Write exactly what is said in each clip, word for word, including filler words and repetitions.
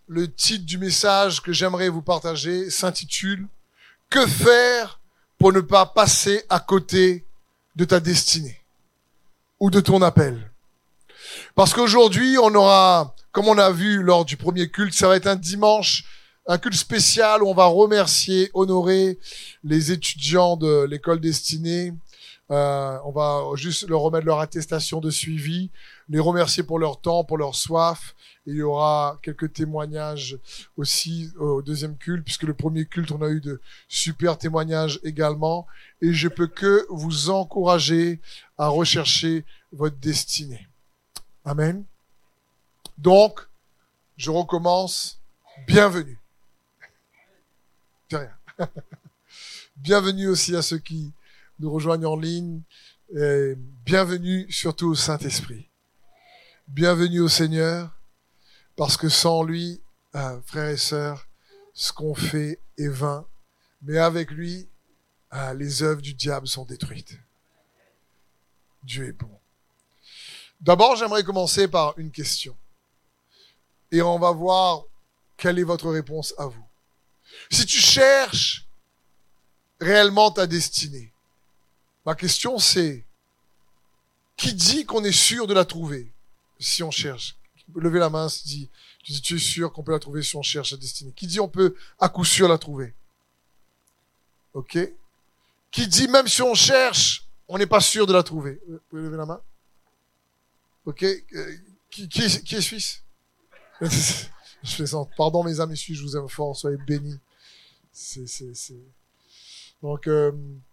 le titre du message que j'aimerais vous partager s'intitule « Que faire pour ne pas passer à côté de ta destinée ou de ton appel ?» Parce qu'aujourd'hui, on aura, comme on a vu lors du premier culte, ça va être un dimanche, un culte spécial où on va remercier, honorer les étudiants de l'école destinée. Euh, on va juste leur remettre leur attestation de suivi, les remercier pour leur temps, pour leur soif. Et il y aura quelques témoignages aussi au deuxième culte, puisque le premier culte, on a eu de super témoignages également. Et je peux que vous encourager à rechercher votre destinée. Amen. Donc, je recommence. Bienvenue. C'est rien. Bienvenue aussi à ceux qui nous rejoignent en ligne. Et bienvenue surtout au Saint-Esprit. Bienvenue au Seigneur, parce que sans lui, euh, frères et sœurs, ce qu'on fait est vain. Mais avec lui, euh, les œuvres du diable sont détruites. Dieu est bon. D'abord, j'aimerais commencer par une question. Et on va voir quelle est votre réponse à vous. Si tu cherches réellement ta destinée, ma question c'est, qui dit qu'on est sûr de la trouver si on cherche? Levez la main si tu dis, tu dis tu es sûr qu'on peut la trouver si on cherche la destinée. Qui dit on peut à coup sûr la trouver? Ok? Qui dit même si on cherche, on n'est pas sûr de la trouver? Vous pouvez lever la main? Ok? Euh, qui, qui, est, qui est suisse? Je plaisante. Pardon mes amis suisses, je vous aime fort, soyez bénis. C'est, c'est, c'est... Donc, euh,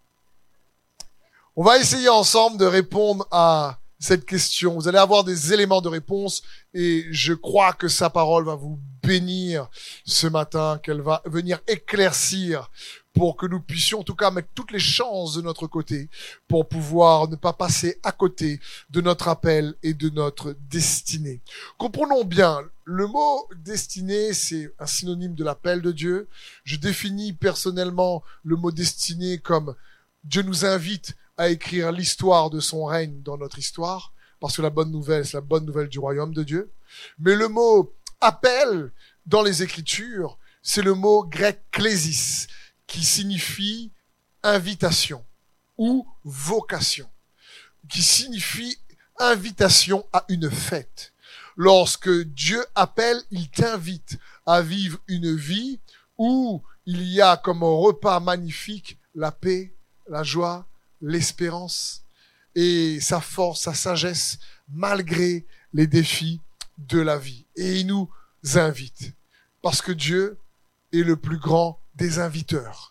on va essayer ensemble de répondre à cette question. Vous allez avoir des éléments de réponse et je crois que sa parole va vous bénir ce matin, qu'elle va venir éclaircir pour que nous puissions en tout cas mettre toutes les chances de notre côté pour pouvoir ne pas passer à côté de notre appel et de notre destinée. Comprenons bien, le mot destinée, c'est un synonyme de l'appel de Dieu. Je définis personnellement le mot destinée comme Dieu nous invite à écrire l'histoire de son règne dans notre histoire, parce que la bonne nouvelle, c'est la bonne nouvelle du royaume de Dieu. Mais le mot appel dans les Écritures, c'est le mot grec klésis, qui signifie invitation ou vocation, qui signifie invitation à une fête. Lorsque Dieu appelle, il t'invite à vivre une vie où il y a comme un repas magnifique la paix, la joie, l'espérance et sa force, sa sagesse, malgré les défis de la vie. Et il nous invite, parce que Dieu est le plus grand des inviteurs.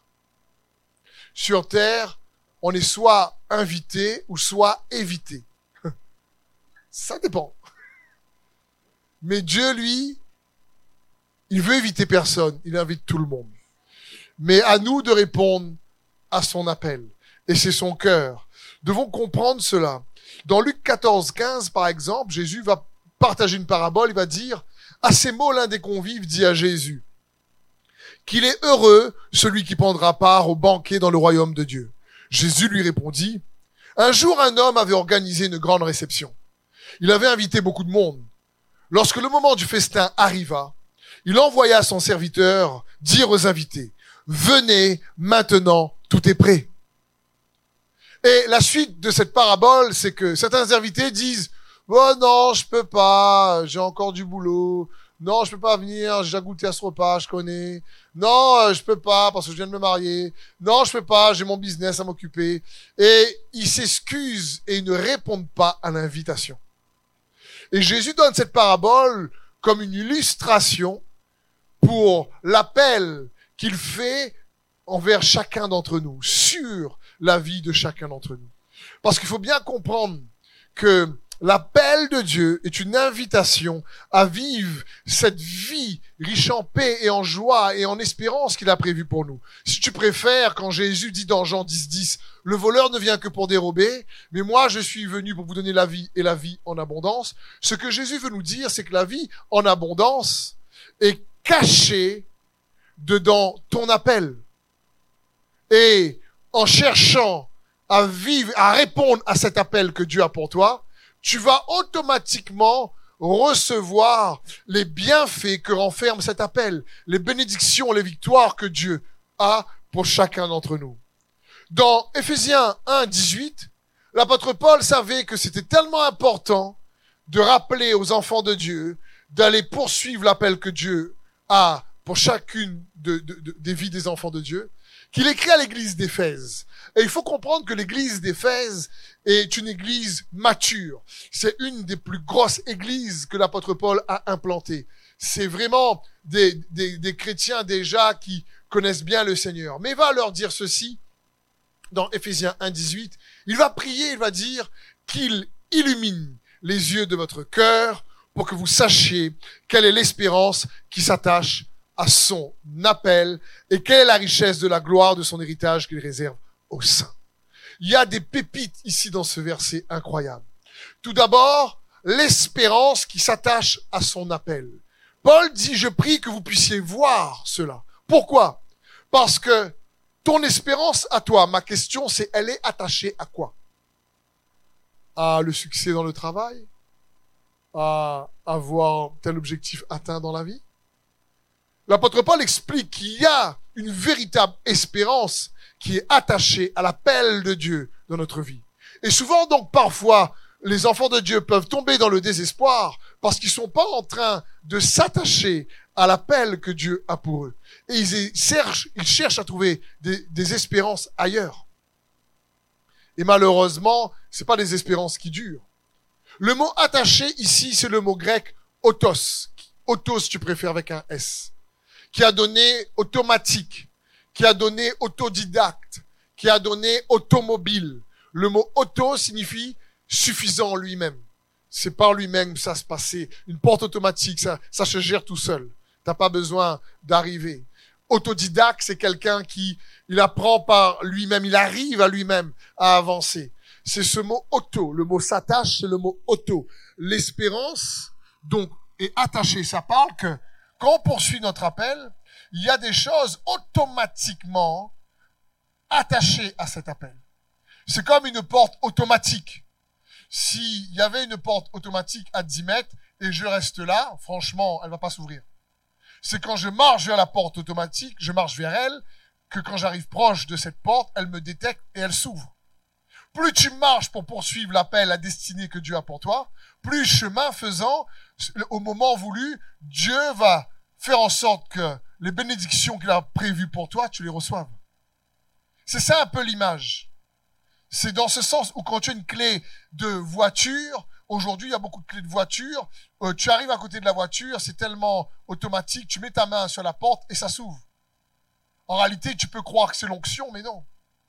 Sur terre, on est soit invité ou soit évité. Ça dépend. Mais Dieu, lui, il veut éviter personne, il invite tout le monde. Mais à nous de répondre à son appel. Et c'est son cœur. Devons comprendre cela. Dans Luc quatorze, quinze, par exemple, Jésus va partager une parabole, il va dire, à ces mots, l'un des convives dit à Jésus, qu'il est heureux celui qui prendra part au banquet dans le royaume de Dieu. Jésus lui répondit, un jour un homme avait organisé une grande réception. Il avait invité beaucoup de monde. Lorsque le moment du festin arriva, il envoya son serviteur dire aux invités, venez maintenant, tout est prêt. Et la suite de cette parabole, c'est que certains invités disent « Oh non, je peux pas, j'ai encore du boulot. Non, je peux pas venir, j'ai déjà goûté à ce repas, je connais. Non, je peux pas parce que je viens de me marier. Non, je peux pas, j'ai mon business à m'occuper. » Et ils s'excusent et ils ne répondent pas à l'invitation. Et Jésus donne cette parabole comme une illustration pour l'appel qu'il fait envers chacun d'entre nous, sur la vie de chacun d'entre nous. Parce qu'il faut bien comprendre que l'appel de Dieu est une invitation à vivre cette vie riche en paix et en joie et en espérance qu'il a prévue pour nous. Si tu préfères, quand Jésus dit dans Jean dix, dix, le voleur ne vient que pour dérober, mais moi je suis venu pour vous donner la vie et la vie en abondance. Ce que Jésus veut nous dire, c'est que la vie en abondance est cachée dedans ton appel. Et en cherchant à vivre, à répondre à cet appel que Dieu a pour toi, tu vas automatiquement recevoir les bienfaits que renferme cet appel, les bénédictions, les victoires que Dieu a pour chacun d'entre nous. Dans Éphésiens un, dix-huit, l'apôtre Paul savait que c'était tellement important de rappeler aux enfants de Dieu d'aller poursuivre l'appel que Dieu a pour chacune de, de, de, des vies des enfants de Dieu, qu'il écrit à l'église d'Éphèse. Et il faut comprendre que l'église d'Éphèse est une église mature. C'est une des plus grosses églises que l'apôtre Paul a implantées. C'est vraiment des, des, des chrétiens déjà qui connaissent bien le Seigneur. Mais il va leur dire ceci dans Éphésiens un, dix-huit. Il va prier, il va dire qu'il illumine les yeux de votre cœur pour que vous sachiez quelle est l'espérance qui s'attache à son appel et quelle est la richesse de la gloire de son héritage qu'il réserve aux saints. Il y a des pépites ici dans ce verset incroyable. Tout d'abord, l'espérance qui s'attache à son appel. Paul dit, je prie que vous puissiez voir cela. Pourquoi? Parce que ton espérance à toi, ma question c'est, elle est attachée à quoi? À le succès dans le travail? À avoir tel objectif atteint dans la vie? L'apôtre Paul explique qu'il y a une véritable espérance qui est attachée à l'appel de Dieu dans notre vie. Et souvent, donc, parfois, les enfants de Dieu peuvent tomber dans le désespoir parce qu'ils sont pas en train de s'attacher à l'appel que Dieu a pour eux. Et ils cherchent, ils cherchent à trouver des, des espérances ailleurs. Et malheureusement, c'est pas des espérances qui durent. Le mot attaché ici, c'est le mot grec autos. Autos, tu préfères avec un S. Qui a donné automatique, qui a donné autodidacte, qui a donné automobile. Le mot auto signifie suffisant en lui-même. C'est par lui-même que ça se passait. Une porte automatique, ça, ça se gère tout seul. T'as pas besoin d'arriver. Autodidacte, c'est quelqu'un qui, il apprend par lui-même, il arrive à lui-même à avancer. C'est ce mot auto. Le mot s'attache, c'est le mot auto. L'espérance, donc, est attachée. Ça parle que quand on poursuit notre appel, il y a des choses automatiquement attachées à cet appel. C'est comme une porte automatique. S'il y avait une porte automatique à dix mètres et je reste là, franchement, elle va pas s'ouvrir. C'est quand je marche vers la porte automatique, je marche vers elle, que quand j'arrive proche de cette porte, elle me détecte et elle s'ouvre. Plus tu marches pour poursuivre l'appel, la destinée que Dieu a pour toi, plus chemin faisant, au moment voulu, Dieu va faire en sorte que les bénédictions qu'il a prévues pour toi, tu les reçoives. C'est ça un peu l'image. C'est dans ce sens où quand tu as une clé de voiture, aujourd'hui il y a beaucoup de clés de voiture, euh, tu arrives à côté de la voiture, c'est tellement automatique, tu mets ta main sur la porte et ça s'ouvre. En réalité, tu peux croire que c'est l'onction, mais non.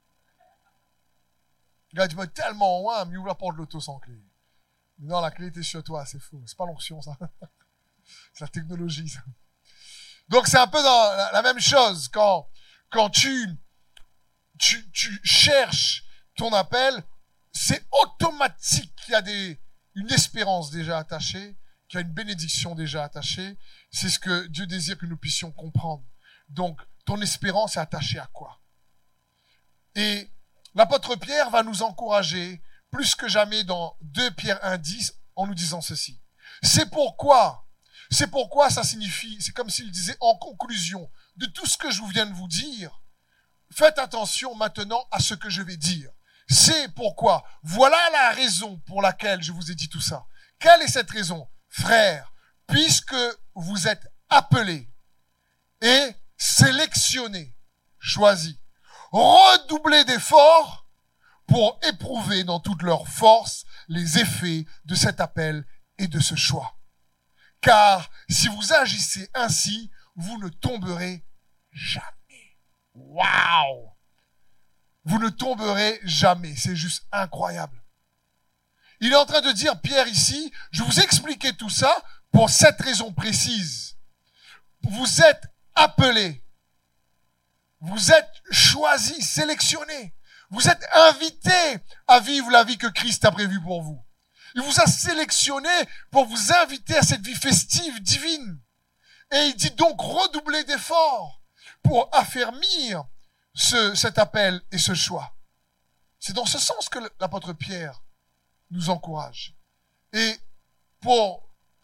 Regarde, tu vas tellement loin, mais ouvre la porte de l'auto sans clé. Mais non, la clé était sur toi, c'est faux. C'est pas l'onction, ça. C'est la technologie, ça. Donc, c'est un peu dans la, la même chose. Quand, quand tu, tu, tu cherches ton appel, c'est automatique qu'il y a des, une espérance déjà attachée, qu'il y a une bénédiction déjà attachée. C'est ce que Dieu désire que nous puissions comprendre. Donc, ton espérance est attachée à quoi? Et l'apôtre Pierre va nous encourager plus que jamais dans deux Pierre un dix en nous disant ceci. C'est pourquoi, c'est pourquoi ça signifie, c'est comme s'il disait en conclusion de tout ce que je viens de vous dire, faites attention maintenant à ce que je vais dire. C'est pourquoi, voilà la raison pour laquelle je vous ai dit tout ça. Quelle est cette raison? Frères, puisque vous êtes appelés et sélectionnés, choisis, redoublez d'efforts pour éprouver dans toute leur force les effets de cet appel et de ce choix. Car si vous agissez ainsi, vous ne tomberez jamais. Waouh! Vous ne tomberez jamais. C'est juste incroyable. Il est en train de dire, Pierre ici, je vous ai expliqué tout ça pour cette raison précise. Vous êtes appelés. Vous êtes choisis, sélectionnés. Vous êtes invités à vivre la vie que Christ a prévue pour vous. Il vous a sélectionné pour vous inviter à cette vie festive, divine. Et il dit donc redoubler d'efforts pour affermir ce, cet appel et ce choix. C'est dans ce sens que l'apôtre Pierre nous encourage. Et pour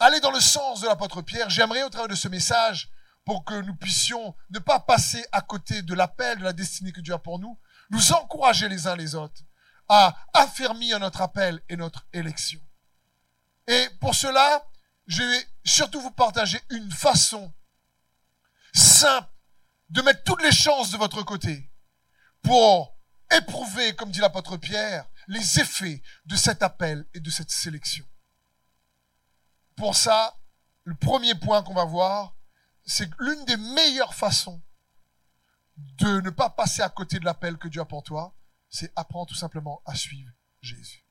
aller dans le sens de l'apôtre Pierre, j'aimerais au travers de ce message, pour que nous puissions ne pas passer à côté de l'appel, de la destinée que Dieu a pour nous, nous encourager les uns les autres à affermir notre appel et notre élection. Et pour cela, je vais surtout vous partager une façon simple de mettre toutes les chances de votre côté pour éprouver, comme dit l'apôtre Pierre, les effets de cet appel et de cette sélection. Pour ça, le premier point qu'on va voir, c'est que l'une des meilleures façons de ne pas passer à côté de l'appel que Dieu a pour toi, c'est apprendre tout simplement à suivre Jésus.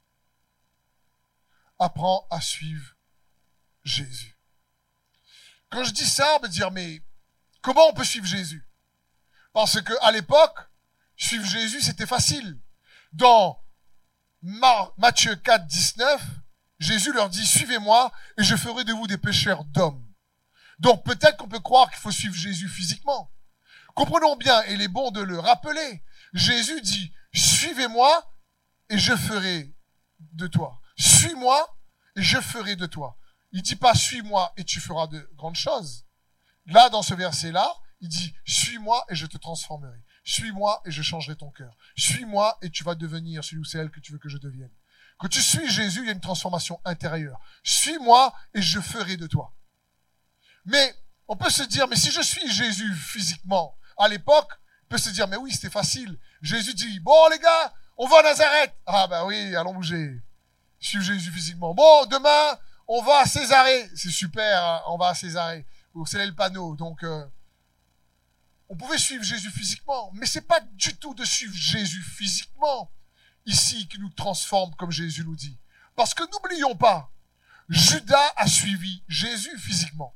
Apprends à suivre Jésus. Quand je dis ça, on va dire, mais comment on peut suivre Jésus? Parce que à l'époque, suivre Jésus, c'était facile. Dans Matthieu quatre, dix-neuf, Jésus leur dit, suivez-moi et je ferai de vous des pêcheurs d'hommes. Donc peut-être qu'on peut croire qu'il faut suivre Jésus physiquement. Comprenons bien, et il est bon de le rappeler. Jésus dit, suivez-moi et je ferai de toi. Suis-moi et je ferai de toi. Il dit pas, suis-moi et tu feras de grandes choses. Là, dans ce verset-là, il dit, suis-moi et je te transformerai. Suis-moi et je changerai ton cœur. Suis-moi et tu vas devenir celui ou celle que tu veux que je devienne. Quand tu suis Jésus, il y a une transformation intérieure. Suis-moi et je ferai de toi. Mais on peut se dire, mais si je suis Jésus physiquement, à l'époque, on peut se dire, mais oui, c'était facile. Jésus dit, bon les gars, on va à Nazareth. Ah ben oui, allons bouger. Suivre Jésus physiquement. Bon, demain, on va à Césarée. C'est super, hein, on va à Césarée. C'est là le panneau. Donc, euh, on pouvait suivre Jésus physiquement, mais c'est pas du tout de suivre Jésus physiquement ici qui nous transforme comme Jésus nous dit. Parce que n'oublions pas, Judas a suivi Jésus physiquement.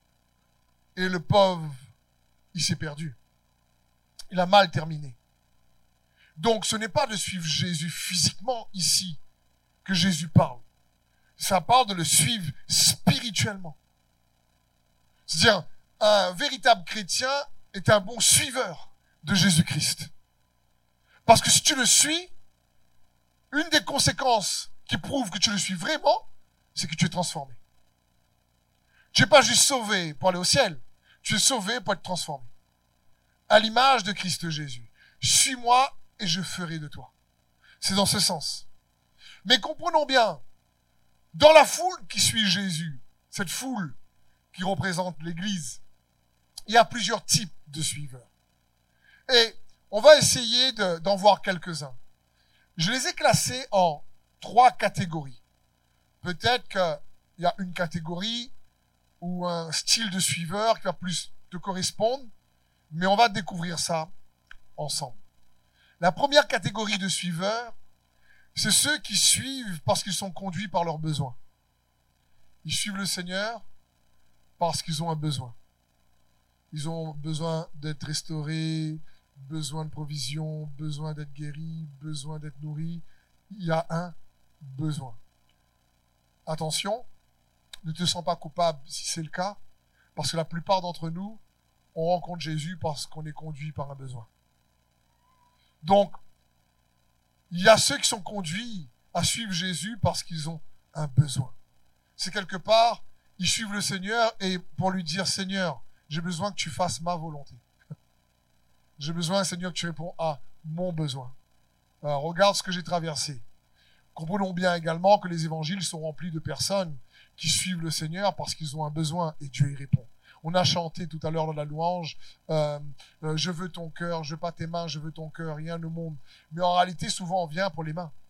Et le pauvre, il s'est perdu. Il a mal terminé. Donc, ce n'est pas de suivre Jésus physiquement ici que Jésus parle. Ça parle de le suivre spirituellement. C'est-à-dire, un véritable chrétien est un bon suiveur de Jésus-Christ. Parce que si tu le suis, une des conséquences qui prouve que tu le suis vraiment, c'est que tu es transformé. Tu n'es pas juste sauvé pour aller au ciel, tu es sauvé pour être transformé. À l'image de Christ Jésus. Suis-moi et je ferai de toi. C'est dans ce sens. Mais comprenons bien, dans la foule qui suit Jésus, cette foule qui représente l'Église, il y a plusieurs types de suiveurs. Et on va essayer de, d'en voir quelques-uns. Je les ai classés en trois catégories. Peut-être qu'il y a une catégorie ou un style de suiveur qui va plus te correspondre, mais on va découvrir ça ensemble. La première catégorie de suiveurs, c'est ceux qui suivent parce qu'ils sont conduits par leurs besoins. Ils suivent le Seigneur parce qu'ils ont un besoin. Ils ont besoin d'être restaurés, besoin de provision, besoin d'être guéris, besoin d'être nourris. Il y a un besoin. Attention, ne te sens pas coupable si c'est le cas, parce que la plupart d'entre nous, on rencontre Jésus parce qu'on est conduit par un besoin. Donc, il y a ceux qui sont conduits à suivre Jésus parce qu'ils ont un besoin. C'est quelque part, ils suivent le Seigneur et pour lui dire, Seigneur, j'ai besoin que tu fasses ma volonté. J'ai besoin, Seigneur, que tu réponds à mon besoin. Alors, regarde ce que j'ai traversé. Comprenons bien également que les évangiles sont remplis de personnes qui suivent le Seigneur parce qu'ils ont un besoin et Dieu y répond. On a chanté tout à l'heure dans la louange, euh, euh, je veux ton cœur, je veux pas tes mains, je veux ton cœur, rien ne monde. Mais en réalité, souvent, on vient pour les mains.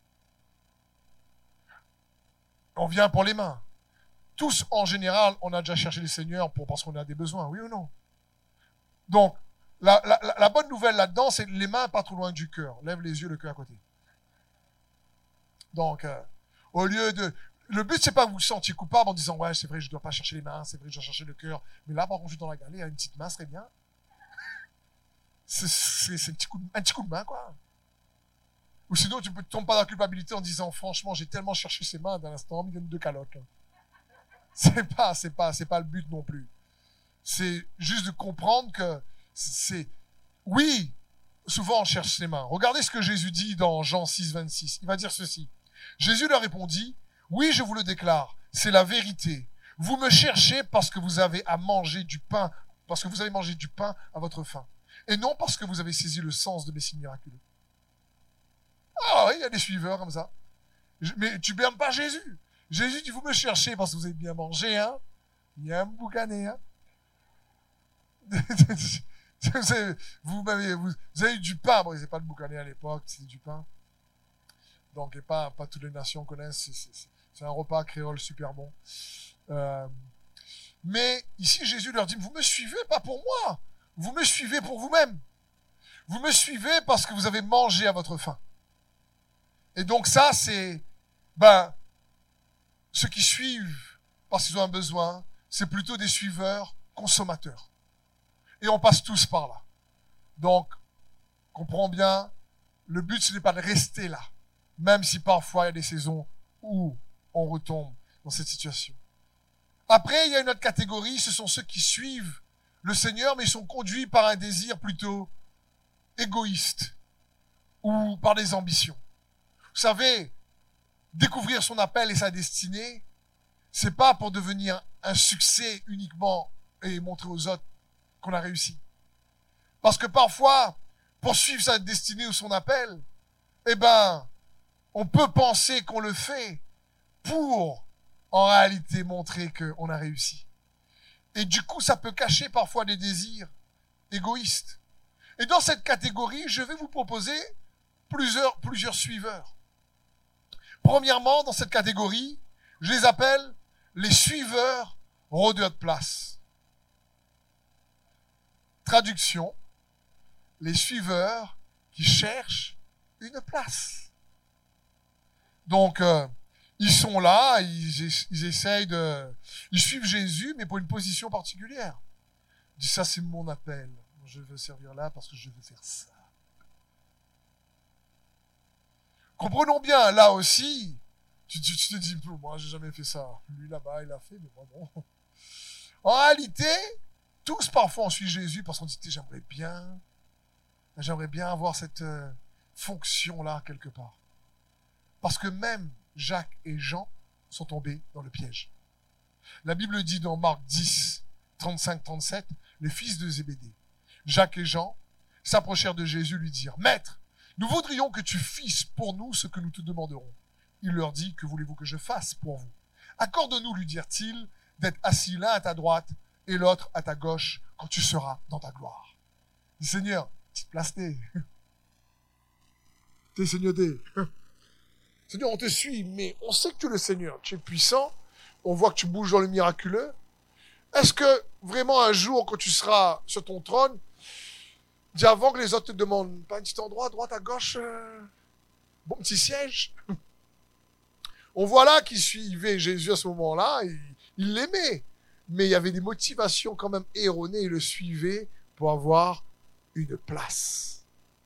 On vient pour les mains. Tous, en général, on a déjà cherché le Seigneur pour, parce qu'on a des besoins, oui ou non? Donc, la, la, la bonne nouvelle là-dedans, c'est les mains pas trop loin du cœur. Lève les yeux, le cœur à côté. Donc, euh, au lieu de... Le but, c'est pas que vous vous sentiez coupable en disant, ouais, c'est vrai, je dois pas chercher les mains, c'est vrai, je dois chercher le cœur. Mais là, par contre, je suis dans la galère, une petite main serait bien. C'est, c'est, c'est un, petit coup de, un petit coup de main, quoi. Ou sinon, tu ne tombes pas dans la culpabilité en disant, franchement, j'ai tellement cherché ces mains d'un instant, il y a deux calottes. Hein. C'est pas, c'est pas, c'est pas le but non plus. C'est juste de comprendre que c'est, oui, souvent on cherche ses mains. Regardez ce que Jésus dit dans Jean six, vingt-six. Il va dire ceci. Jésus leur répondit, oui, je vous le déclare, c'est la vérité. vous me cherchez parce que vous avez à manger du pain, parce que vous avez mangé du pain à votre faim, et non parce que vous avez saisi le sens de mes signes miraculeux. Ah oui, il y a des suiveurs comme ça. Mais tu bernes pas Jésus. Jésus dit, vous me cherchez parce que vous avez bien mangé, hein. Il y a un boucané, hein. vous, m'avez, vous, vous avez eu du pain. Bon, c'est pas le boucané à l'époque, c'était du pain. Donc, et pas, pas toutes les nations connaissent. C'est, c'est, c'est un repas créole super bon. Euh, mais ici, Jésus leur dit, vous me suivez pas pour moi. Vous me suivez pour vous-même. Vous me suivez parce que vous avez mangé à votre faim. Et donc ça, c'est, ben, ceux qui suivent parce qu'ils ont un besoin, c'est plutôt des suiveurs consommateurs. Et on passe tous par là. Donc, comprends bien, le but, ce n'est pas de rester là, même si parfois il y a des saisons où on retombe dans cette situation. Après, il y a une autre catégorie, ce sont ceux qui suivent le Seigneur, mais ils sont conduits par un désir plutôt égoïste ou par des ambitions. Vous savez, découvrir son appel et sa destinée, c'est pas pour devenir un succès uniquement et montrer aux autres qu'on a réussi. Parce que parfois, pour suivre sa destinée ou son appel, eh ben, on peut penser qu'on le fait pour, en réalité, montrer qu'on a réussi. Et du coup, ça peut cacher parfois des désirs égoïstes. Et dans cette catégorie, je vais vous proposer plusieurs, plusieurs suiveurs. Premièrement, dans cette catégorie, je les appelle les suiveurs rôdeurs de place. Traduction, les suiveurs qui cherchent une place. Donc, euh, ils sont là, ils, ils essayent de... Ils suivent Jésus, mais pour une position particulière. Ils disent, ça c'est mon appel. Je veux servir là parce que je veux faire ça. Comprenons bien, là aussi, tu, tu, tu te dis, moi j'ai jamais fait ça. Lui là-bas, il a fait, mais moi non. En réalité, tous parfois on suit Jésus parce qu'on dit, j'aimerais bien, j'aimerais bien avoir cette euh, fonction-là quelque part. Parce que même Jacques et Jean sont tombés dans le piège. La Bible dit dans Marc dix, trente-cinq trente-sept, les fils de Zébédée, Jacques et Jean, s'approchèrent de Jésus, lui dirent, Maître, nous voudrions que tu fisses pour nous ce que nous te demanderons. Il leur dit, que voulez-vous que je fasse pour vous? Accorde-nous, lui dirent-ils, d'être assis l'un à ta droite et l'autre à ta gauche quand tu seras dans ta gloire. Il dit, Seigneur, petite place t'es. T'es Seigneur, t'es. Seigneur, on te suit, mais on sait que tu es le Seigneur. Tu es puissant. On voit que tu bouges dans le miraculeux. Est-ce que vraiment un jour, quand tu seras sur ton trône, dis avant que les autres te demandent, pas un petit endroit, à droite, à gauche, euh, bon petit siège. On voit là qu'il suivait Jésus à ce moment-là, il, il l'aimait, mais il y avait des motivations quand même erronées, il le suivait pour avoir une place.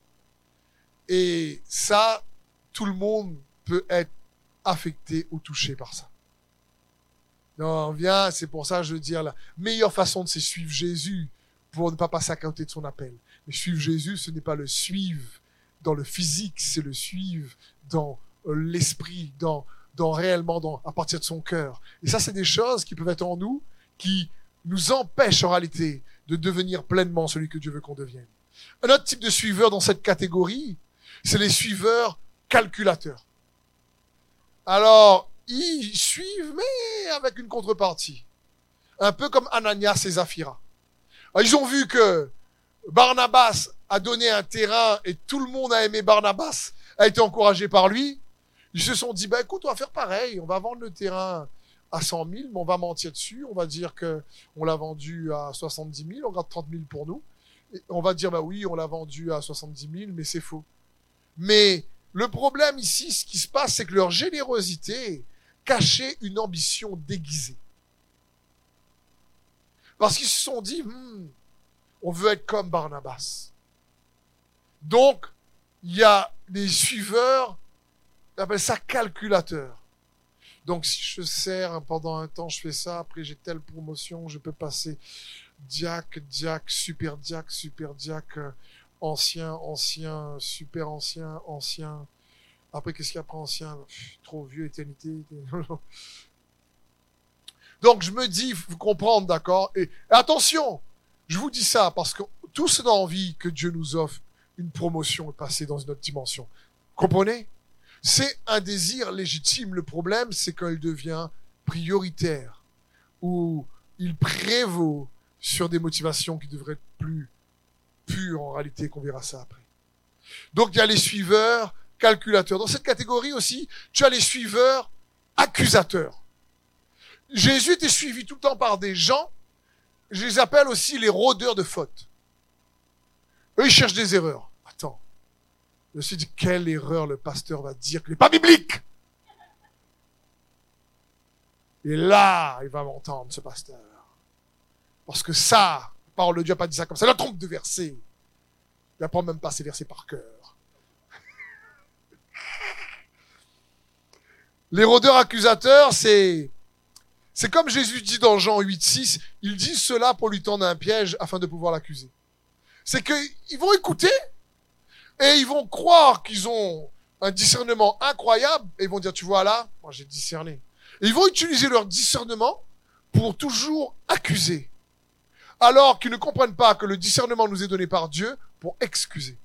Et ça, tout le monde peut être affecté ou touché par ça. Non, viens, c'est pour ça que je veux dire, la meilleure façon de c'est suivre Jésus pour ne pas passer à côté de son appel. Mais suivre Jésus, ce n'est pas le suivre dans le physique, c'est le suivre dans l'esprit, dans, dans réellement, dans, à partir de son cœur. Et ça, c'est des choses qui peuvent être en nous, qui nous empêchent en réalité de devenir pleinement celui que Dieu veut qu'on devienne. Un autre type de suiveur dans cette catégorie, c'est les suiveurs calculateurs. Alors, ils suivent, mais avec une contrepartie. Un peu comme Ananias et Saphira. Alors, ils ont vu que Barnabas a donné un terrain et tout le monde a aimé Barnabas, a été encouragé par lui. Ils se sont dit, bah, écoute, on va faire pareil. On va vendre le terrain à cent mille, mais on va mentir dessus. On va dire que on l'a vendu à soixante-dix mille, on garde trente mille pour nous. Et on va dire, bah oui, on l'a vendu à soixante-dix mille, mais c'est faux. Mais le problème ici, ce qui se passe, c'est que leur générosité cachait une ambition déguisée. Parce qu'ils se sont dit, hmm, on veut être comme Barnabas. Donc, il y a des suiveurs, on appelle ça calculateurs. Donc, si je sers pendant un temps, je fais ça, après j'ai telle promotion, je peux passer diac, diac, super diac, super diac, euh, ancien, ancien, super ancien, ancien. Après, qu'est-ce qu'il y a après ancien? Pff, trop vieux, éternité. Donc, Donc je me dis, vous comprendre, d'accord? Et, et attention, je vous dis ça parce que tous on a envie que Dieu nous offre une promotion et passer dans une autre dimension. Comprenez? C'est un désir légitime. Le problème, c'est quand il devient prioritaire ou il prévaut sur des motivations qui devraient être plus pures en réalité, qu'on verra ça après. Donc il y a les suiveurs, calculateurs. Dans cette catégorie aussi, tu as les suiveurs, accusateurs. Jésus était suivi tout le temps par des gens, je les appelle aussi les rôdeurs de fautes. Eux, ils cherchent des erreurs. Attends. Je me suis dit, quelle erreur le pasteur va dire qui n'est pas biblique? Et là, il va m'entendre, ce pasteur. Parce que ça, la parole de Dieu n'a pas dit ça comme ça. Il a trompe de versets. Il n'apprend même pas ces versets par cœur. Les rôdeurs accusateurs, c'est, c'est comme Jésus dit dans Jean huit six, ils disent cela pour lui tendre un piège afin de pouvoir l'accuser. C'est qu'ils vont écouter et ils vont croire qu'ils ont un discernement incroyable et ils vont dire, tu vois là, moi j'ai discerné. Et ils vont utiliser leur discernement pour toujours accuser. Alors qu'ils ne comprennent pas que le discernement nous est donné par Dieu pour excuser.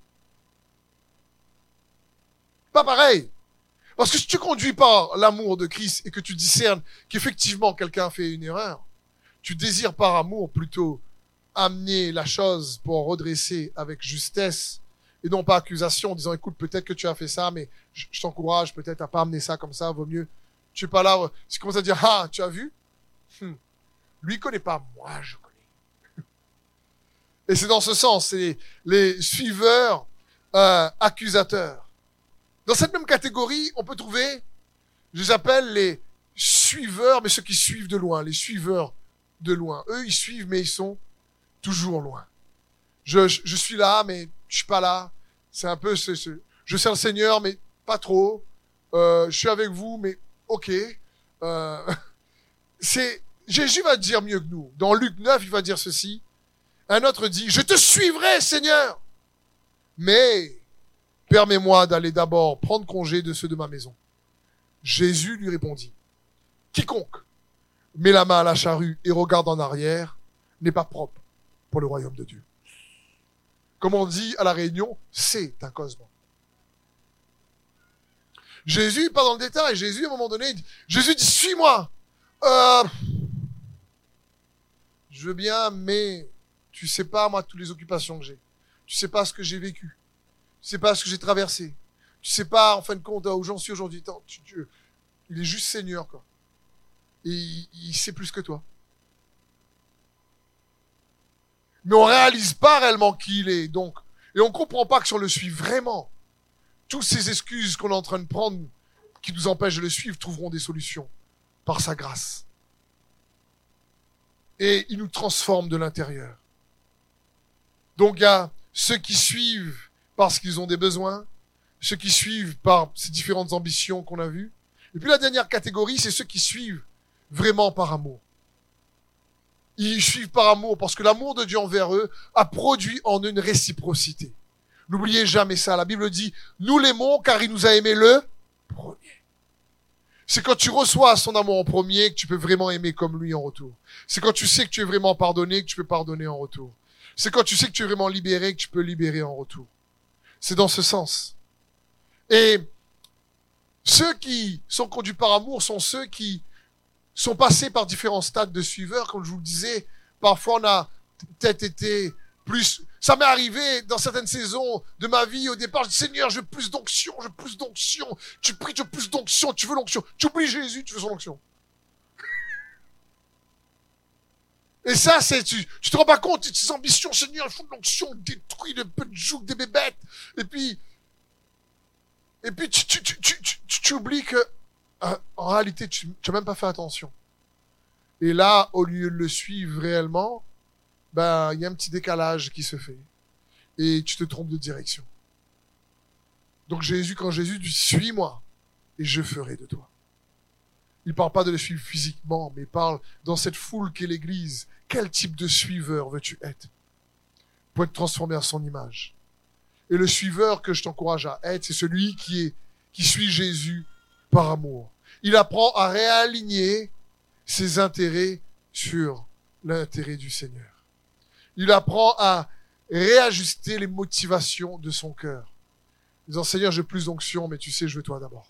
Pas pareil. Parce que si tu conduis par l'amour de Christ et que tu discernes qu'effectivement quelqu'un a fait une erreur, tu désires par amour plutôt amener la chose pour redresser avec justesse et non pas accusation en disant écoute peut-être que tu as fait ça mais je, je t'encourage peut-être à pas amener ça comme ça, vaut mieux. Tu es pas là, tu commences à dire ah tu as vu hum, lui il connaît pas, moi je connais. Et c'est dans ce sens, c'est les, les suiveurs euh, accusateurs. Dans cette même catégorie, on peut trouver, je les appelle les suiveurs, mais ceux qui suivent de loin, les suiveurs de loin. Eux, ils suivent, mais ils sont toujours loin. Je, je, je suis là, mais je suis pas là. C'est un peu, c'est, c'est, je sers le Seigneur, mais pas trop. Euh, je suis avec vous, mais ok. Euh, c'est, Jésus va dire mieux que nous. Dans Luc neuf, il va dire ceci. Un autre dit, je te suivrai, Seigneur. Mais, permets-moi d'aller d'abord prendre congé de ceux de ma maison. Jésus lui répondit, quiconque met la main à la charrue et regarde en arrière n'est pas propre pour le royaume de Dieu. Comme on dit à la Réunion, c'est un causement. Jésus, pas dans le détail, Jésus à un moment donné, Jésus dit, suis-moi. Euh, je veux bien, mais tu sais pas, moi, toutes les occupations que j'ai. Tu sais pas ce que j'ai vécu. Tu sais pas ce que j'ai traversé. Tu sais pas, en fin de compte, où j'en suis aujourd'hui. Tu, tu, il est juste Seigneur, quoi. Et il, il sait plus que toi. Mais on réalise pas réellement qui il est, donc. Et on comprend pas que si on le suit vraiment, toutes ces excuses qu'on est en train de prendre, qui nous empêchent de le suivre, trouveront des solutions. Par sa grâce. Et il nous transforme de l'intérieur. Donc il y a ceux qui suivent parce qu'ils ont des besoins, ceux qui suivent par ces différentes ambitions qu'on a vues. Et puis la dernière catégorie, c'est ceux qui suivent vraiment par amour. Ils suivent par amour parce que l'amour de Dieu envers eux a produit en eux une réciprocité. N'oubliez jamais ça. La Bible dit, nous l'aimons car il nous a aimé le premier. C'est quand tu reçois son amour en premier que tu peux vraiment aimer comme lui en retour. C'est quand tu sais que tu es vraiment pardonné que tu peux pardonner en retour. C'est quand tu sais que tu es vraiment libéré que tu peux libérer en retour. C'est dans ce sens. Et ceux qui sont conduits par amour sont ceux qui sont passés par différents stades de suiveurs. Comme je vous le disais, parfois on a peut-être été plus... Ça m'est arrivé dans certaines saisons de ma vie. Au départ, je dis Seigneur, je veux plus d'onction, je veux plus d'onction. Tu pries, tu veux plus d'onction, tu veux l'onction. Tu oublies Jésus, tu veux son onction. Et ça, c'est, tu, tu te rends pas compte, tes ambitions, Seigneur, il faut de l'onction, détruit le peu de joug des bébêtes. Et puis, et puis tu, tu, tu, tu, tu, tu oublies que, euh, en réalité, tu n'as même pas fait attention. Et là, au lieu de le suivre réellement, ben, il y a un petit décalage qui se fait. Et tu te trompes de direction. Donc Jésus, quand Jésus dit, suis-moi, et je ferai de toi. Il parle pas de le suivre physiquement, mais il parle dans cette foule qu'est l'Église. Quel type de suiveur veux-tu être pour être transformé à son image? Et le suiveur que je t'encourage à être, c'est celui qui est, qui suit Jésus par amour. Il apprend à réaligner ses intérêts sur l'intérêt du Seigneur. Il apprend à réajuster les motivations de son cœur. Disant, Seigneur, j'ai plus d'onction, mais tu sais, je veux toi d'abord.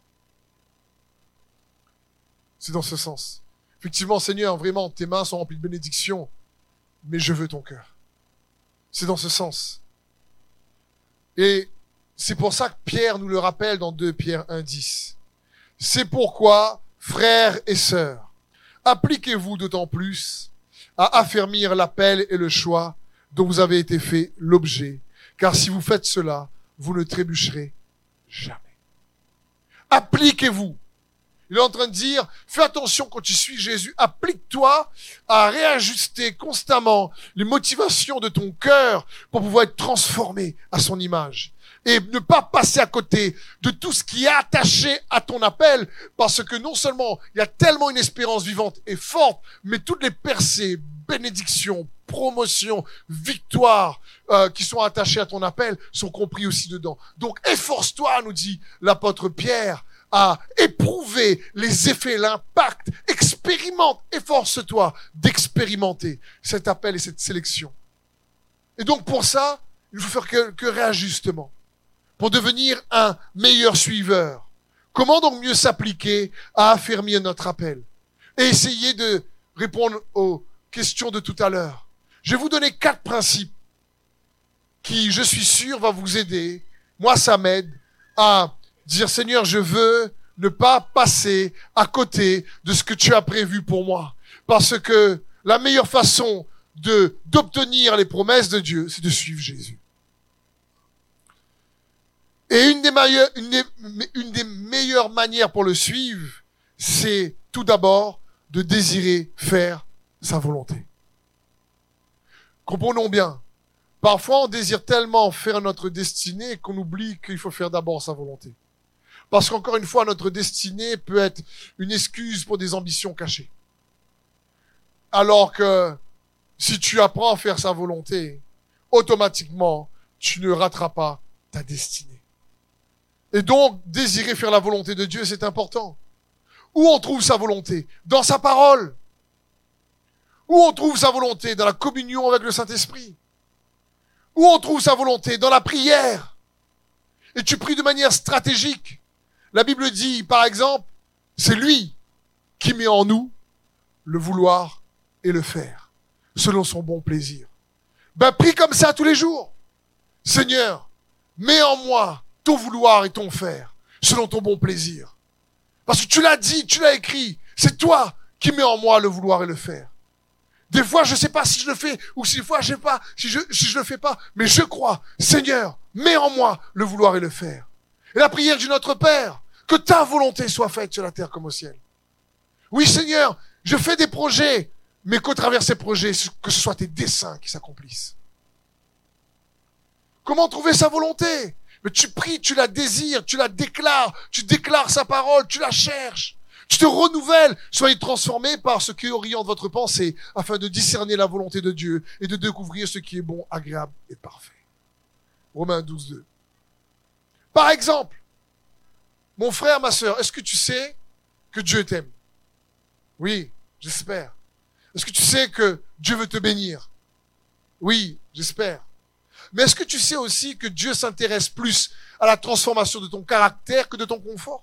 C'est dans ce sens. Effectivement, Seigneur, vraiment, tes mains sont remplies de bénédictions, mais je veux ton cœur. C'est dans ce sens. Et c'est pour ça que Pierre nous le rappelle dans deux Pierre un dix. C'est pourquoi, frères et sœurs, appliquez-vous d'autant plus à affermir l'appel et le choix dont vous avez été fait l'objet, car si vous faites cela, vous ne trébucherez jamais. Appliquez-vous. Il est en train de dire, fais attention quand tu suis Jésus, applique-toi à réajuster constamment les motivations de ton cœur pour pouvoir être transformé à son image. Et ne pas passer à côté de tout ce qui est attaché à ton appel, parce que non seulement il y a tellement une espérance vivante et forte, mais toutes les percées, bénédictions, promotions, victoires euh, qui sont attachées à ton appel sont compris aussi dedans. Donc efforce-toi, nous dit l'apôtre Pierre, à éprouver les effets, l'impact, expérimente, efforce-toi d'expérimenter cet appel et cette sélection. Et donc pour ça, il faut faire que, que réajustement, pour devenir un meilleur suiveur. Comment donc mieux s'appliquer à affermir notre appel et essayer de répondre aux questions de tout à l'heure. Je vais vous donner quatre principes qui, je suis sûr, va vous aider. Moi, ça m'aide à dire, Seigneur, je veux ne pas passer à côté de ce que tu as prévu pour moi. Parce que la meilleure façon de, d'obtenir les promesses de Dieu, c'est de suivre Jésus. Et une des meilleures, une des, une des meilleures manières pour le suivre, c'est tout d'abord de désirer faire sa volonté. Comprenons bien. Parfois, on désire tellement faire notre destinée qu'on oublie qu'il faut faire d'abord sa volonté. Parce qu'encore une fois, notre destinée peut être une excuse pour des ambitions cachées. Alors que si tu apprends à faire sa volonté, automatiquement, tu ne rateras pas ta destinée. Et donc, désirer faire la volonté de Dieu, c'est important. Où on trouve sa volonté? Dans sa parole. Où on trouve sa volonté? Dans la communion avec le Saint-Esprit. Où on trouve sa volonté? Dans la prière. Et tu pries de manière stratégique. La Bible dit, par exemple, c'est lui qui met en nous le vouloir et le faire, selon son bon plaisir. Ben, prie comme ça tous les jours. Seigneur, mets en moi ton vouloir et ton faire, selon ton bon plaisir. Parce que tu l'as dit, tu l'as écrit, c'est toi qui mets en moi le vouloir et le faire. Des fois, je ne sais pas si je le fais, ou si des fois, je sais pas, si je, si je le fais pas, mais je crois, Seigneur, mets en moi le vouloir et le faire. Et la prière du Notre Père, que ta volonté soit faite sur la terre comme au ciel. Oui, Seigneur, je fais des projets, mais qu'au travers de ces projets, que ce soit tes desseins qui s'accomplissent. Comment trouver sa volonté? Mais tu pries, tu la désires, tu la déclares, tu déclares sa parole, tu la cherches. Tu te renouvelles, soyez transformés par ce qui oriente votre pensée, afin de discerner la volonté de Dieu et de découvrir ce qui est bon, agréable et parfait. Romains douze, deux. Par exemple, mon frère, ma sœur, est-ce que tu sais que Dieu t'aime? Oui, j'espère. Est-ce que tu sais que Dieu veut te bénir? Oui, j'espère. Mais est-ce que tu sais aussi que Dieu s'intéresse plus à la transformation de ton caractère que de ton confort?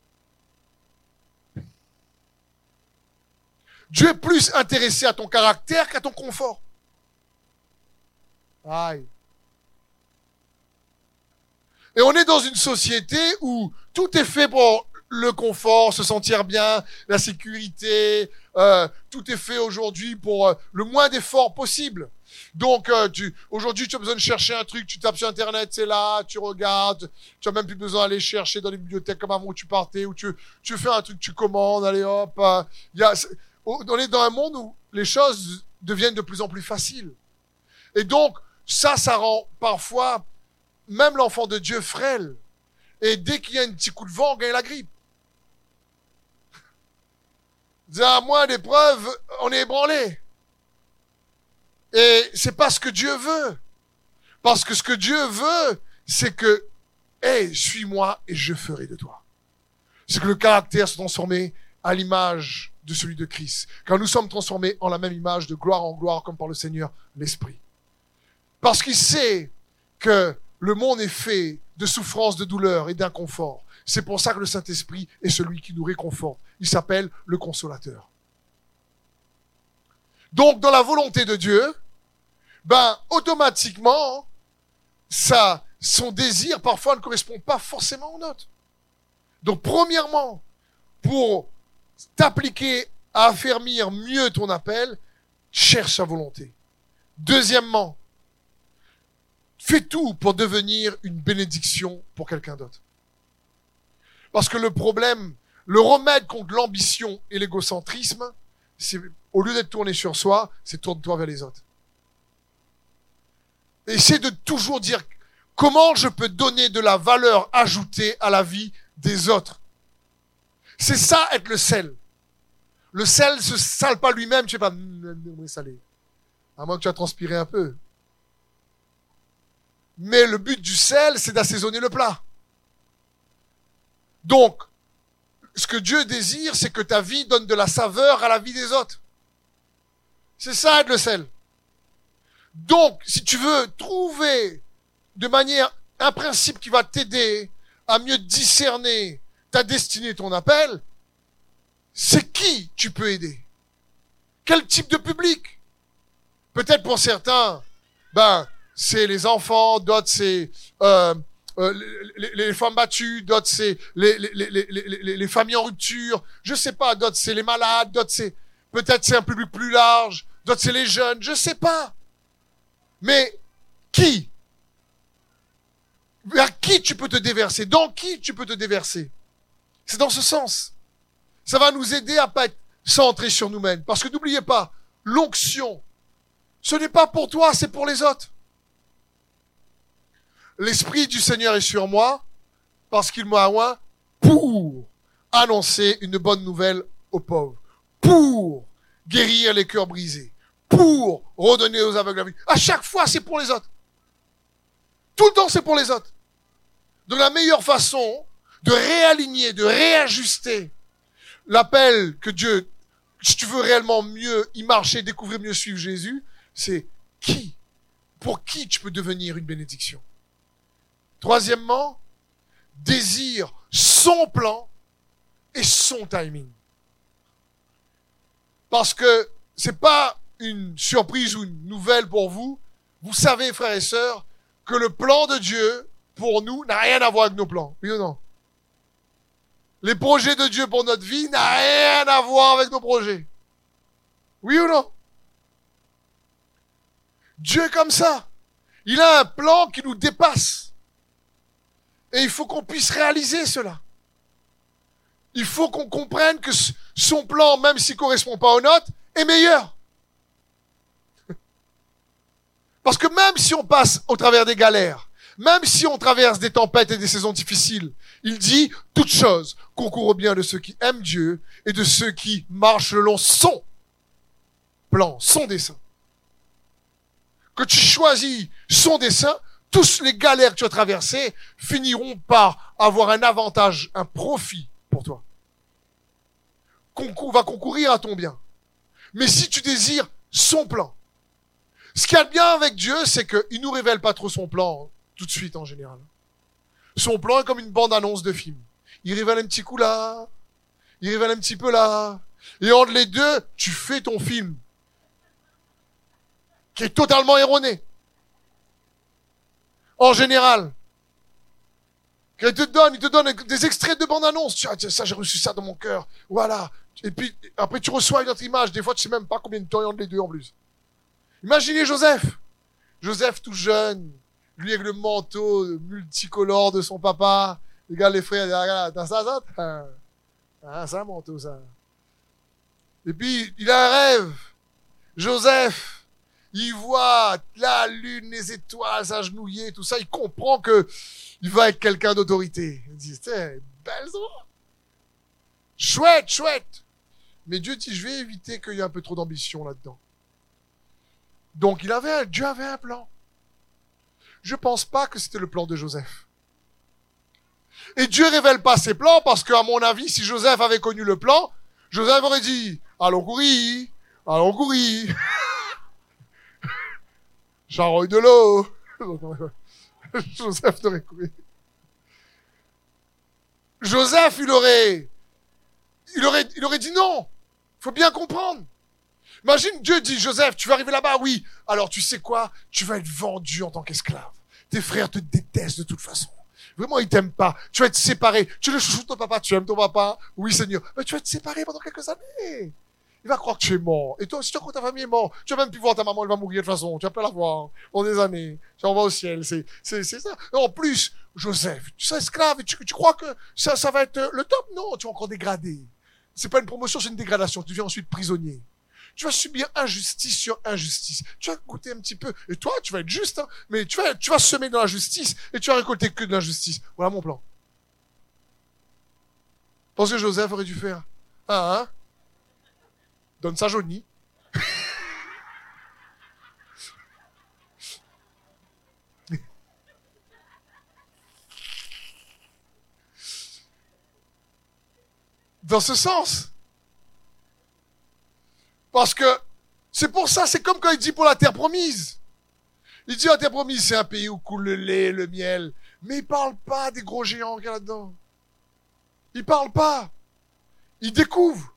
Dieu est plus intéressé à ton caractère qu'à ton confort. Aïe. Et on est dans une société où tout est fait pour le confort, se sentir bien, la sécurité, euh, tout est fait aujourd'hui pour euh, le moins d'efforts possible. Donc, euh, tu, aujourd'hui, tu as besoin de chercher un truc, tu tapes sur Internet, c'est là, tu regardes, tu as même plus besoin d'aller chercher dans les bibliothèques comme avant où tu partais, où tu, tu fais un truc, tu commandes, allez hop. Euh, y a, on est dans un monde où les choses deviennent de plus en plus faciles. Et donc, ça, ça rend parfois même l'enfant de Dieu frêle. Et dès qu'il y a un petit coup de vent, on gagne la grippe. À moins d'épreuves, on est ébranlé. Et c'est pas ce que Dieu veut. Parce que ce que Dieu veut, c'est que, hé, hey, suis-moi et je ferai de toi. C'est que le caractère soit transformé à l'image de celui de Christ. Car nous sommes transformés en la même image de gloire en gloire comme par le Seigneur l'Esprit. Parce qu'il sait que le monde est fait de souffrance, de douleur et d'inconfort. C'est pour ça que le Saint-Esprit est celui qui nous réconforte. Il s'appelle le Consolateur. Donc, dans la volonté de Dieu, ben, automatiquement, ça, son désir, parfois, ne correspond pas forcément aux nôtres. Donc, premièrement, pour t'appliquer à affermir mieux ton appel, cherche sa volonté. Deuxièmement, fais tout pour devenir une bénédiction pour quelqu'un d'autre. Parce que le problème, le remède contre l'ambition et l'égocentrisme, c'est, au lieu d'être tourné sur soi, c'est tourne-toi vers les autres. Essaie de toujours dire comment je peux donner de la valeur ajoutée à la vie des autres. C'est ça être le sel. Le sel se sale pas lui-même, tu sais pas, salé. À moins que tu as transpiré un peu. Mais le but du sel, c'est d'assaisonner le plat. Donc, ce que Dieu désire, c'est que ta vie donne de la saveur à la vie des autres. C'est ça être le sel. Donc, si tu veux trouver de manière un principe qui va t'aider à mieux discerner ta destinée, ton appel, c'est qui tu peux aider? Quel type de public? Peut-être pour certains, ben, c'est les enfants, d'autres c'est euh, euh, les, les, les femmes battues, d'autres c'est les, les, les, les, les, les familles en rupture, je sais pas, d'autres c'est les malades, d'autres c'est peut-être c'est un public plus large, d'autres c'est les jeunes, je sais pas. Mais qui? Vers qui tu peux te déverser? Dans qui tu peux te déverser? C'est dans ce sens. Ça va nous aider à pas être centrés sur nous-mêmes. Parce que n'oubliez pas, l'onction, ce n'est pas pour toi, c'est pour les autres. L'Esprit du Seigneur est sur moi parce qu'il m'a oint pour annoncer une bonne nouvelle aux pauvres, pour guérir les cœurs brisés, pour redonner aux aveugles la vue. À chaque fois, c'est pour les autres. Tout le temps, c'est pour les autres. Donc la meilleure façon de réaligner, de réajuster l'appel que Dieu, si tu veux réellement mieux y marcher, découvrir mieux, suivre Jésus, c'est qui, pour qui tu peux devenir une bénédiction. Troisièmement, désire son plan et son timing. Parce que c'est pas une surprise ou une nouvelle pour vous. Vous savez, frères et sœurs, que le plan de Dieu pour nous n'a rien à voir avec nos plans. Oui ou non? Les projets de Dieu pour notre vie n'ont rien à voir avec nos projets. Oui ou non? Dieu est comme ça. Il a un plan qui nous dépasse. Et il faut qu'on puisse réaliser cela. Il faut qu'on comprenne que son plan, même s'il ne correspond pas aux nôtres, est meilleur. Parce que même si on passe au travers des galères, même si on traverse des tempêtes et des saisons difficiles, il dit, toute chose concourt au bien de ceux qui aiment Dieu et de ceux qui marchent le long son plan, son dessein. Que tu choisis son dessein, tous les galères que tu as traversées finiront par avoir un avantage, un profit pour toi. Concours, va concourir à ton bien. Mais si tu désires son plan, ce qu'il y a de bien avec Dieu, c'est qu'il nous révèle pas trop son plan tout de suite en général. Son plan est comme une bande-annonce de film. Il révèle un petit coup là, il révèle un petit peu là, et entre les deux, tu fais ton film, qui est totalement erroné. En général. Il te donne, il te donne des extraits de bande-annonce. Tu dis, ça, j'ai reçu ça dans mon cœur. Voilà. Et puis, après, tu reçois une autre image. Des fois, tu sais même pas combien de temps il y a entre les deux en plus. Imaginez Joseph. Joseph tout jeune. Lui avec le manteau multicolore de son papa. Regarde les frères. Regarde, t'as ça, ça? Ah, ah, c'est un manteau, ça. Et puis, il a un rêve. Joseph. Il voit la lune, les étoiles s'agenouiller, tout ça. Il comprend que il va être quelqu'un d'autorité. Il dit, c'est belle ça. Chouette, chouette. Mais Dieu dit, je vais éviter qu'il y ait un peu trop d'ambition là-dedans. Donc, il avait un, Dieu avait un plan. Je pense pas que c'était le plan de Joseph. Et Dieu révèle pas ses plans parce qu'à mon avis, si Joseph avait connu le plan, Joseph aurait dit, allons courir, allons courir. J'enroule de l'eau. Joseph n'aurait couru. Joseph, il aurait, il aurait, il aurait dit non. Faut bien comprendre. Imagine, Dieu dit, Joseph, tu vas arriver là-bas, oui. Alors, tu sais quoi? Tu vas être vendu en tant qu'esclave. Tes frères te détestent de toute façon. Vraiment, ils t'aiment pas. Tu vas être séparé. Tu le chouchoutes ton papa, tu aimes ton papa. Oui, Seigneur. Mais tu vas être séparé pendant quelques années. Il va croire que tu es mort. Et toi, si tu crois que ta famille est morte, tu vas même plus voir ta maman, elle va mourir de toute façon. Tu vas pas la voir pendant des années. Tu vas au ciel. C'est, c'est, c'est ça. Et en plus, Joseph, tu seras esclave et tu, tu crois que ça, ça va être le top? Non, tu vas encore dégrader. C'est pas une promotion, c'est une dégradation. Tu deviens ensuite prisonnier. Tu vas subir injustice sur injustice. Tu vas goûter un petit peu. Et toi, tu vas être juste, hein, mais tu vas, tu vas semer dans la justice et tu vas récolter que de l'injustice. Voilà mon plan. Pense que Joseph aurait dû faire. Ah, hein? Donne ça, Johnny. Dans ce sens. Parce que c'est pour ça, c'est comme quand il dit pour la terre promise. Il dit la terre promise, c'est un pays où coule le lait, le miel. Mais il parle pas des gros géants qu'il y a là-dedans. Il parle pas. Il découvre.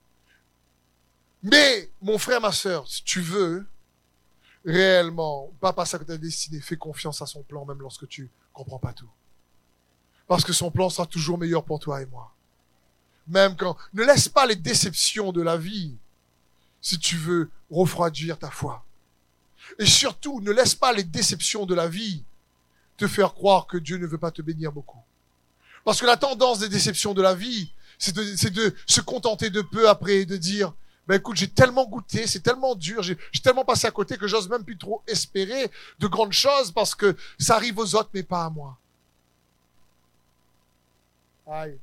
Mais, mon frère, ma sœur, si tu veux réellement pas passer à côté de ta destinée, fais confiance à son plan, même lorsque tu comprends pas tout. Parce que son plan sera toujours meilleur pour toi et moi. Même quand, ne laisse pas les déceptions de la vie, si tu veux refroidir ta foi. Et surtout, ne laisse pas les déceptions de la vie te faire croire que Dieu ne veut pas te bénir beaucoup. Parce que la tendance des déceptions de la vie, c'est de, c'est de se contenter de peu après et de dire, ben écoute, j'ai tellement goûté, c'est tellement dur, j'ai, j'ai tellement passé à côté que j'ose même plus trop espérer de grandes choses parce que ça arrive aux autres mais pas à moi. Aïe.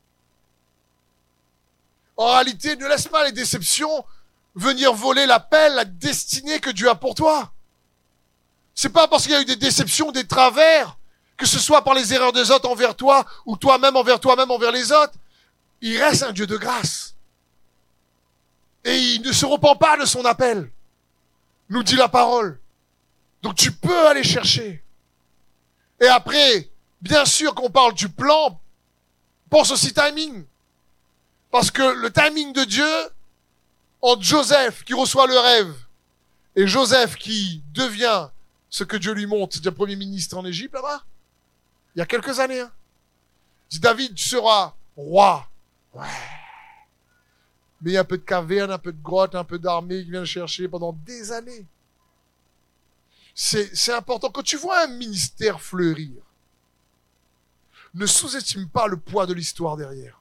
En réalité, ne laisse pas les déceptions venir voler l'appel, la destinée que Dieu a pour toi. C'est pas parce qu'il y a eu des déceptions, des travers, que ce soit par les erreurs des autres envers toi ou toi-même envers toi-même envers les autres. Il reste un Dieu de grâce. Et il ne se repent pas de son appel, nous dit la parole. Donc tu peux aller chercher. Et après, bien sûr qu'on parle du plan, pense aussi timing. Parce que le timing de Dieu, entre Joseph qui reçoit le rêve et Joseph qui devient ce que Dieu lui montre, c'est-à-dire premier ministre en Égypte là-bas, il y a quelques années. Hein. Il dit David, tu seras roi. Ouais. Mais il y a un peu de caverne, un peu de grotte, un peu d'armée qui vient le chercher pendant des années. C'est, c'est important. Quand tu vois un ministère fleurir, ne sous-estime pas le poids de l'histoire derrière.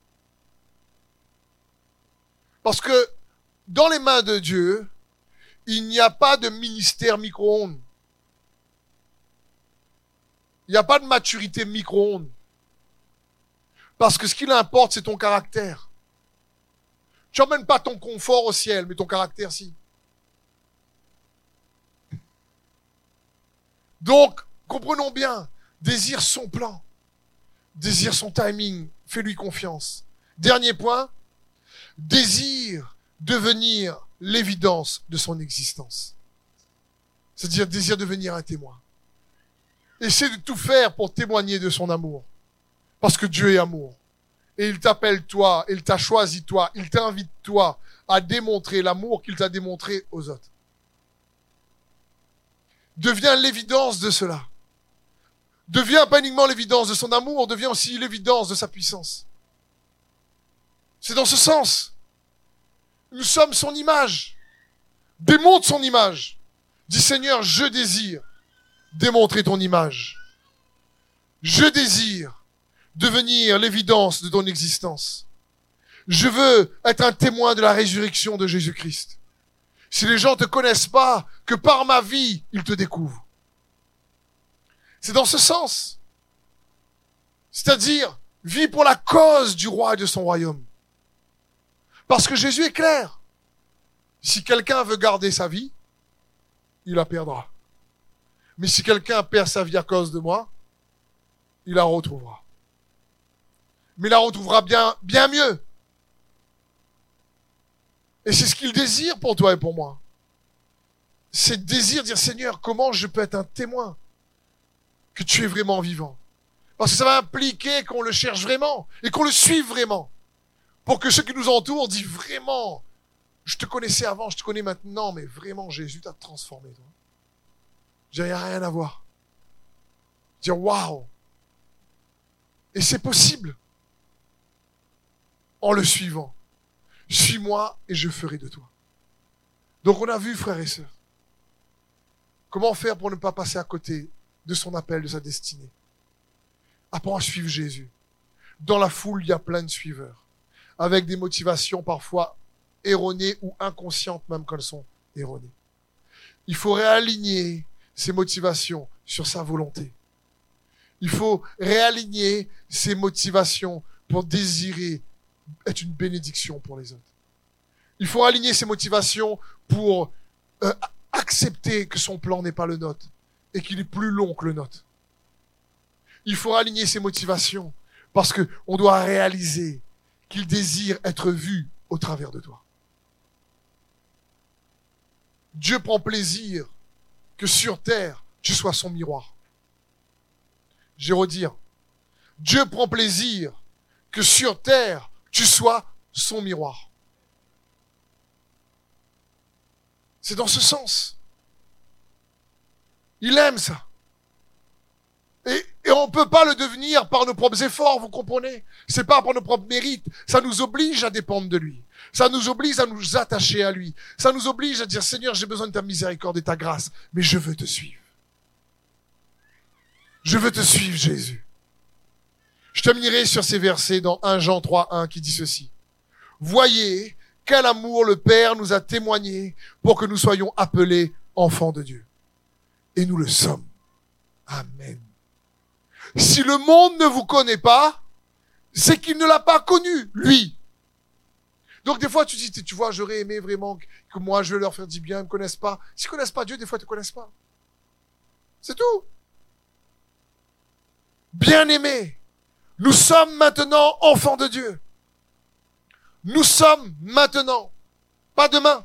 Parce que dans les mains de Dieu, il n'y a pas de ministère micro-ondes. Il n'y a pas de maturité micro-ondes. Parce que ce qui importe, c'est ton caractère. Tu n'emmènes pas ton confort au ciel, mais ton caractère, si. Donc, comprenons bien, désire son plan, désire son timing, fais-lui confiance. Dernier point, désire devenir l'évidence de son existence. C'est-à-dire, désire devenir un témoin. Essaie de tout faire pour témoigner de son amour. Parce que Dieu est amour. Et il t'appelle toi, il t'a choisi toi, il t'invite toi à démontrer l'amour qu'il t'a démontré aux autres. Deviens l'évidence de cela. Deviens pas uniquement l'évidence de son amour, deviens aussi l'évidence de sa puissance. C'est dans ce sens. Nous sommes son image. Démontre son image. Dis Seigneur, je désire démontrer ton image. Je désire devenir l'évidence de ton existence. Je veux être un témoin de la résurrection de Jésus-Christ. Si les gens ne te connaissent pas, que par ma vie, ils te découvrent. C'est dans ce sens. C'est-à-dire, vis pour la cause du roi et de son royaume. Parce que Jésus est clair. Si quelqu'un veut garder sa vie, il la perdra. Mais si quelqu'un perd sa vie à cause de moi, il la retrouvera. Mais il la retrouvera bien, bien mieux. Et c'est ce qu'il désire pour toi et pour moi. C'est le désir de dire, Seigneur, comment je peux être un témoin que tu es vraiment vivant. Parce que ça va impliquer qu'on le cherche vraiment et qu'on le suive vraiment. Pour que ceux qui nous entourent disent vraiment, je te connaissais avant, je te connais maintenant, mais vraiment Jésus t'a transformé. Toi. Il n'y a rien à voir. Dire waouh. Et c'est possible. En le suivant. Suis-moi et je ferai de toi. Donc on a vu, frères et sœurs, comment faire pour ne pas passer à côté de son appel, de sa destinée. Apprends à suivre Jésus. Dans la foule, il y a plein de suiveurs, avec des motivations parfois erronées ou inconscientes, même quand elles sont erronées. Il faut réaligner ses motivations sur sa volonté. Il faut réaligner ses motivations pour désirer être une bénédiction pour les autres. Il faut aligner ses motivations pour euh, accepter que son plan n'est pas le nôtre et qu'il est plus long que le nôtre. Il faut aligner ses motivations parce que on doit réaliser qu'il désire être vu au travers de toi. Dieu prend plaisir que sur terre, tu sois son miroir. Je vais redire. Dieu prend plaisir que sur terre, tu sois son miroir. C'est dans ce sens. Il aime ça. Et, et on ne peut pas le devenir par nos propres efforts, vous comprenez? C'est pas par nos propres mérites. Ça nous oblige à dépendre de lui. Ça nous oblige à nous attacher à lui. Ça nous oblige à dire, Seigneur, j'ai besoin de ta miséricorde et ta grâce, mais je veux te suivre. Je veux te suivre, Jésus. Je terminerai sur ces versets dans premier Jean trois, un qui dit ceci. Voyez quel amour le Père nous a témoigné pour que nous soyons appelés enfants de Dieu. Et nous le sommes. Amen. Si le monde ne vous connaît pas, c'est qu'il ne l'a pas connu, lui. Donc des fois tu dis, tu vois, j'aurais aimé vraiment que moi je vais leur faire du bien, ils ne me connaissent pas. S'ils ne connaissent pas Dieu, des fois ils ne te connaissent pas. C'est tout. Bien-aimés, nous sommes maintenant enfants de Dieu. Nous sommes maintenant, pas demain.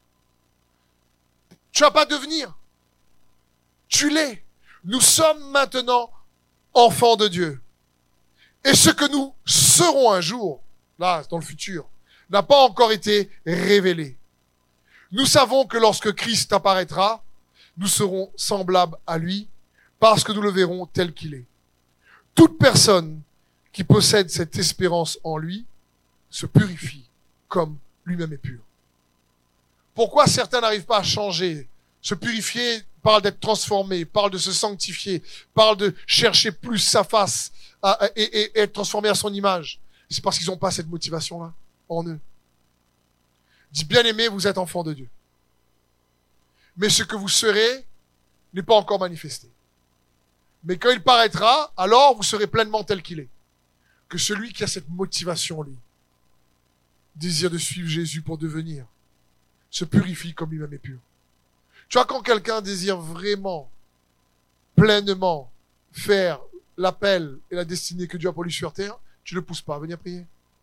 Tu vas pas devenir. Tu l'es. Nous sommes maintenant enfants de Dieu. Et ce que nous serons un jour, là, dans le futur, n'a pas encore été révélé. Nous savons que lorsque Christ apparaîtra, nous serons semblables à lui, parce que nous le verrons tel qu'il est. Toute personne qui possède cette espérance en lui se purifie comme lui-même est pur. Pourquoi certains n'arrivent pas à changer? Se purifier parle d'être transformé, parle de se sanctifier, parle de chercher plus sa face à, et, et, et être transformé à son image. C'est parce qu'ils n'ont pas cette motivation-là en eux. Dis, bien-aimés, vous êtes enfants de Dieu. Mais ce que vous serez n'est pas encore manifesté. Mais quand il paraîtra, alors vous serez pleinement tel qu'il est. Que celui qui a cette motivation, lui, désire de suivre Jésus pour devenir, se purifie comme lui-même est pur. Tu vois, quand quelqu'un désire vraiment, pleinement, faire l'appel et la destinée que Dieu a pour lui sur terre, tu ne le pousses pas à venir prier.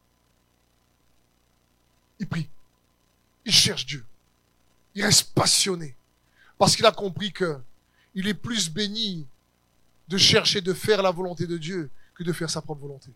Il prie. Il cherche Dieu. Il reste passionné. Parce qu'il a compris que il est plus béni de chercher de faire la volonté de Dieu que de faire sa propre volonté.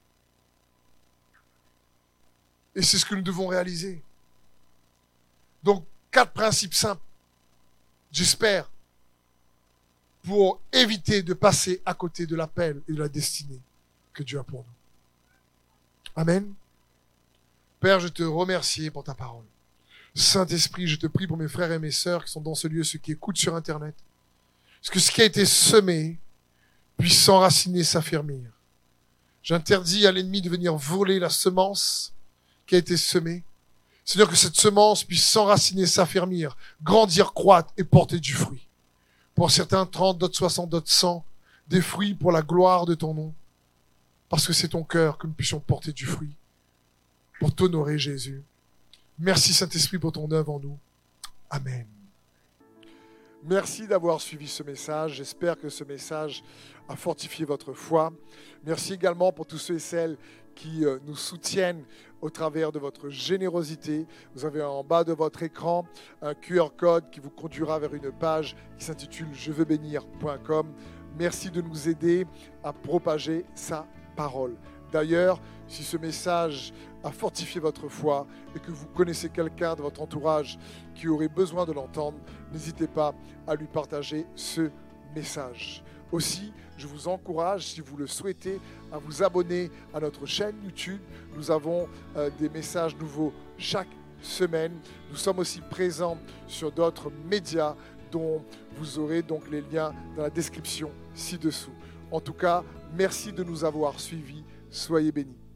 Et c'est ce que nous devons réaliser. Donc, quatre principes simples, j'espère, pour éviter de passer à côté de l'appel et de la destinée que Dieu a pour nous. Amen. Père, je te remercie pour ta parole. Saint-Esprit, je te prie pour mes frères et mes sœurs qui sont dans ce lieu, ceux qui écoutent sur Internet, parce que ce qui a été semé puisse s'enraciner, s'affermir. J'interdis à l'ennemi de venir voler la semence qui a été semée. Seigneur, que cette semence puisse s'enraciner, s'affermir, grandir, croître et porter du fruit. Pour certains trente, d'autres soixante, d'autres cent, des fruits pour la gloire de ton nom. Parce que c'est ton cœur que nous puissions porter du fruit. Pour t'honorer, Jésus. Merci Saint-Esprit pour ton œuvre en nous. Amen. Merci d'avoir suivi ce message. J'espère que ce message a fortifié votre foi. Merci également pour tous ceux et celles qui euh, nous soutiennent au travers de votre générosité. Vous avez en bas de votre écran un Q R code qui vous conduira vers une page qui s'intitule je veux bénir point com. Merci de nous aider à propager sa parole. D'ailleurs, si ce message a fortifié votre foi et que vous connaissez quelqu'un de votre entourage qui aurait besoin de l'entendre, n'hésitez pas à lui partager ce message. Aussi, je vous encourage, si vous le souhaitez, à vous abonner à notre chaîne YouTube. Nous avons euh, des messages nouveaux chaque semaine. Nous sommes aussi présents sur d'autres médias dont vous aurez donc les liens dans la description ci-dessous. En tout cas, merci de nous avoir suivis. Soyez bénis.